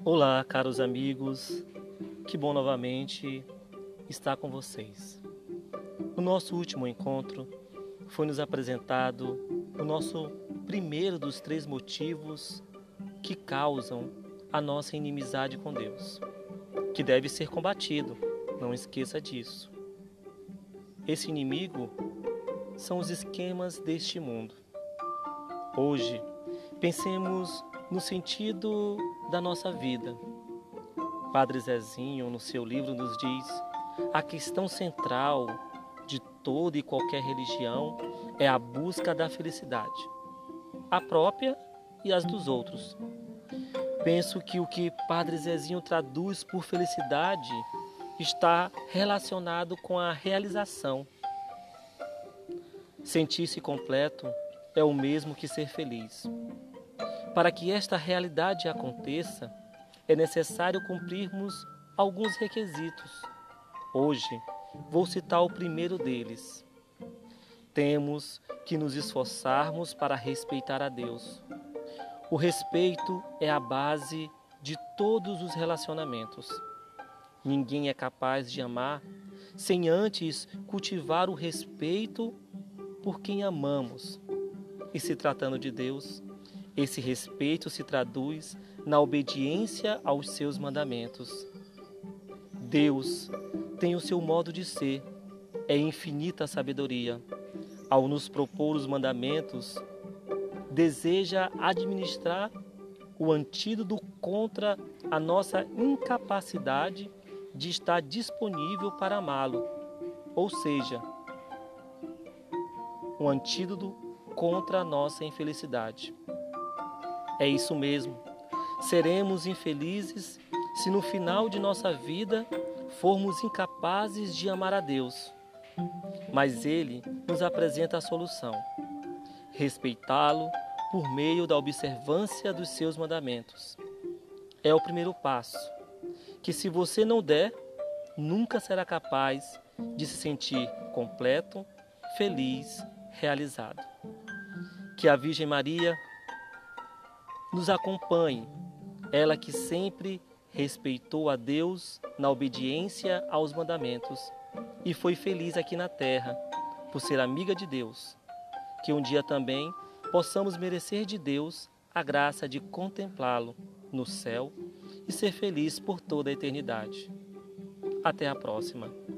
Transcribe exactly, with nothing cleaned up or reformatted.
Olá, caros amigos, que bom novamente estar com vocês. No nosso último encontro, foi nos apresentado o nosso primeiro dos três motivos que causam a nossa inimizade com Deus, que deve ser combatido, não esqueça disso. Esse inimigo são os esquemas deste mundo. Hoje, pensemos no sentido da nossa vida. Padre Zezinho, no seu livro, nos diz: a questão central de toda e qualquer religião é a busca da felicidade, a própria e as dos outros. Penso que o que Padre Zezinho traduz por felicidade está relacionado com a realização. Sentir-se completo é o mesmo que ser feliz. Para que esta realidade aconteça, é necessário cumprirmos alguns requisitos. Hoje, vou citar o primeiro deles. Temos que nos esforçarmos para respeitar a Deus. O respeito é a base de todos os relacionamentos. Ninguém é capaz de amar sem antes cultivar o respeito por quem amamos. E se tratando de Deus, esse respeito se traduz na obediência aos seus mandamentos. Deus tem o seu modo de ser, é infinita sabedoria. Ao nos propor os mandamentos, deseja administrar o antídoto contra a nossa incapacidade de estar disponível para amá-lo, ou seja, um antídoto contra a nossa infelicidade. É isso mesmo, seremos infelizes se no final de nossa vida formos incapazes de amar a Deus. Mas Ele nos apresenta a solução: respeitá-lo por meio da observância dos seus mandamentos. É o primeiro passo, que se você não der, nunca será capaz de se sentir completo, feliz, realizado. Que a Virgem Maria nos acompanhe, ela que sempre respeitou a Deus na obediência aos mandamentos e foi feliz aqui na terra por ser amiga de Deus. Que um dia também possamos merecer de Deus a graça de contemplá-lo no céu e ser feliz por toda a eternidade. Até a próxima.